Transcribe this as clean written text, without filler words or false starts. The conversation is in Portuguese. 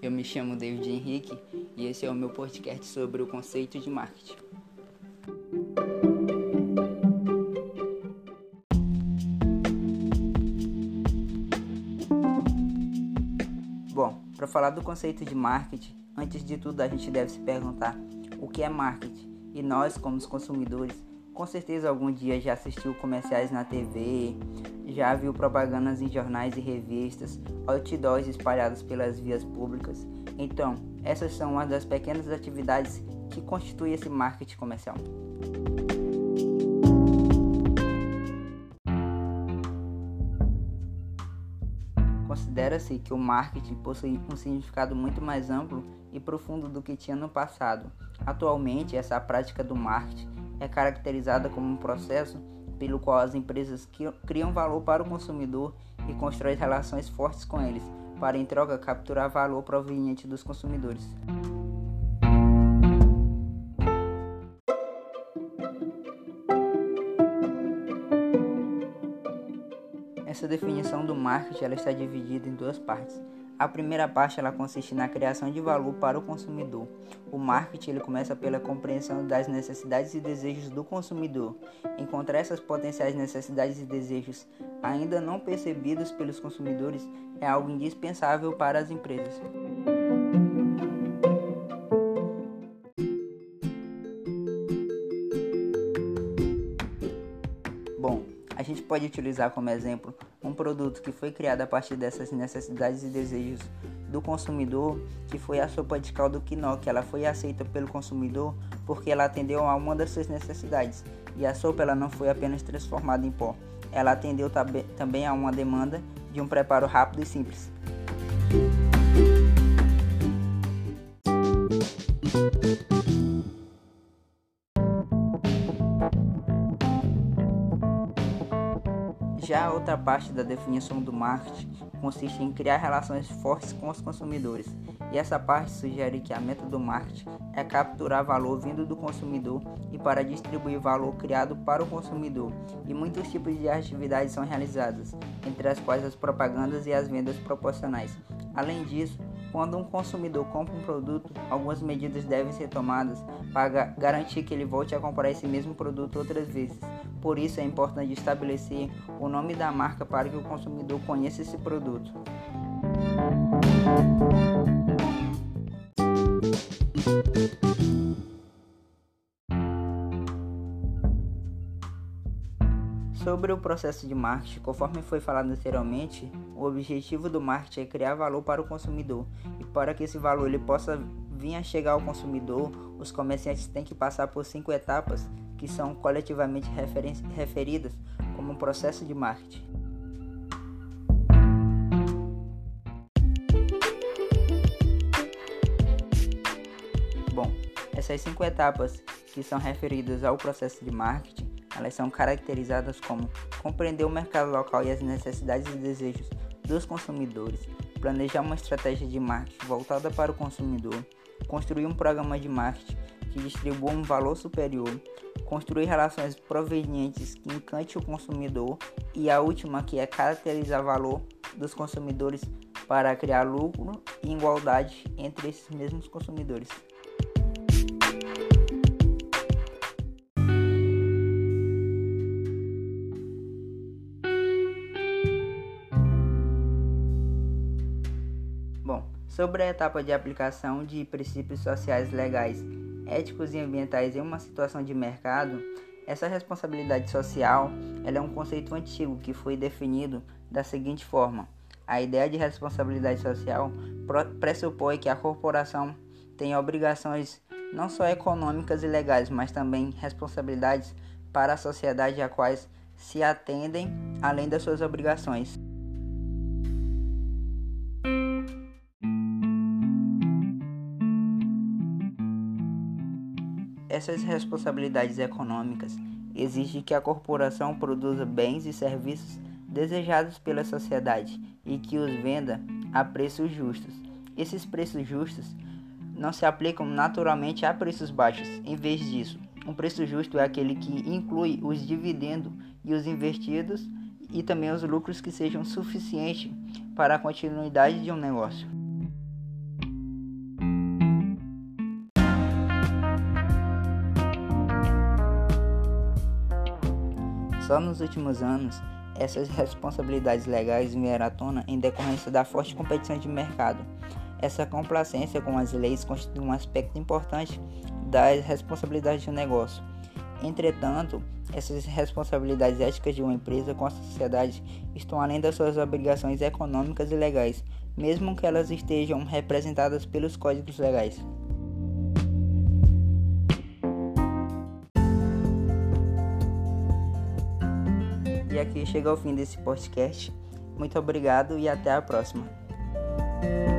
Eu me chamo David Henrique e esse é o meu podcast sobre o conceito de marketing. Bom, para falar do conceito de marketing, antes de tudo a gente deve se perguntar o que é marketing. E nós, como os consumidores, com certeza algum dia já assistiu comerciais na TV, já viu propagandas em jornais e revistas, outdoors espalhados pelas vias públicas. Então, essas são uma das pequenas atividades que constituem esse marketing comercial. Considera-se que o marketing possui um significado muito mais amplo e profundo do que tinha no passado. Atualmente, essa prática do marketing é caracterizada como um processo pelo qual as empresas criam valor para o consumidor e constroem relações fortes com eles, para em troca capturar valor proveniente dos consumidores. Essa definição do marketing ela está dividida em duas partes. A primeira parte ela consiste na criação de valor para o consumidor. O marketing ele começa pela compreensão das necessidades e desejos do consumidor. Encontrar essas potenciais necessidades e desejos ainda não percebidos pelos consumidores é algo indispensável para as empresas. Bom, a gente pode utilizar como exemplo um produto que foi criado a partir dessas necessidades e desejos do consumidor, que foi a sopa de caldo quinó, que ela foi aceita pelo consumidor porque ela atendeu a uma das suas necessidades. E a sopa ela não foi apenas transformada em pó, ela atendeu também a uma demanda de um preparo rápido e simples. Já a outra parte da definição do marketing consiste em criar relações fortes com os consumidores. E essa parte sugere que a meta do marketing é capturar valor vindo do consumidor e para distribuir valor criado para o consumidor. E muitos tipos de atividades são realizadas, entre as quais as propagandas e as vendas proporcionais. Além disso, quando um consumidor compra um produto, algumas medidas devem ser tomadas para garantir que ele volte a comprar esse mesmo produto outras vezes. Por isso é importante estabelecer o nome da marca para que o consumidor conheça esse produto. Sobre o processo de marketing, conforme foi falado anteriormente, o objetivo do marketing é criar valor para o consumidor. E para que esse valor ele possa vir a chegar ao consumidor, os comerciantes têm que passar por 5 etapas que são coletivamente referidas como um processo de marketing. Bom, essas 5 etapas que são referidas ao processo de marketing, elas são caracterizadas como compreender o mercado local e as necessidades e desejos dos consumidores, planejar uma estratégia de marketing voltada para o consumidor, construir um programa de marketing que distribua um valor superior, construir relações provenientes que encante o consumidor e a última que é caracterizar o valor dos consumidores para criar lucro e igualdade entre esses mesmos consumidores. Bom, sobre a etapa de aplicação de princípios sociais legais, éticos e ambientais em uma situação de mercado, essa responsabilidade social ela é um conceito antigo que foi definido da seguinte forma: a ideia de responsabilidade social pressupõe que a corporação tem obrigações não só econômicas e legais, mas também responsabilidades para a sociedade a quais se atendem além das suas obrigações. Essas responsabilidades econômicas exigem que a corporação produza bens e serviços desejados pela sociedade e que os venda a preços justos. Esses preços justos não se aplicam naturalmente a preços baixos. Em vez disso, um preço justo é aquele que inclui os dividendos e os investidos e também os lucros que sejam suficientes para a continuidade de um negócio. Só nos últimos anos, essas responsabilidades legais vieram à tona em decorrência da forte competição de mercado. Essa complacência com as leis constitui um aspecto importante das responsabilidades de um negócio. Entretanto, essas responsabilidades éticas de uma empresa com a sociedade estão além das suas obrigações econômicas e legais, mesmo que elas estejam representadas pelos códigos legais. E aqui chega ao fim desse podcast. Muito obrigado e até a próxima.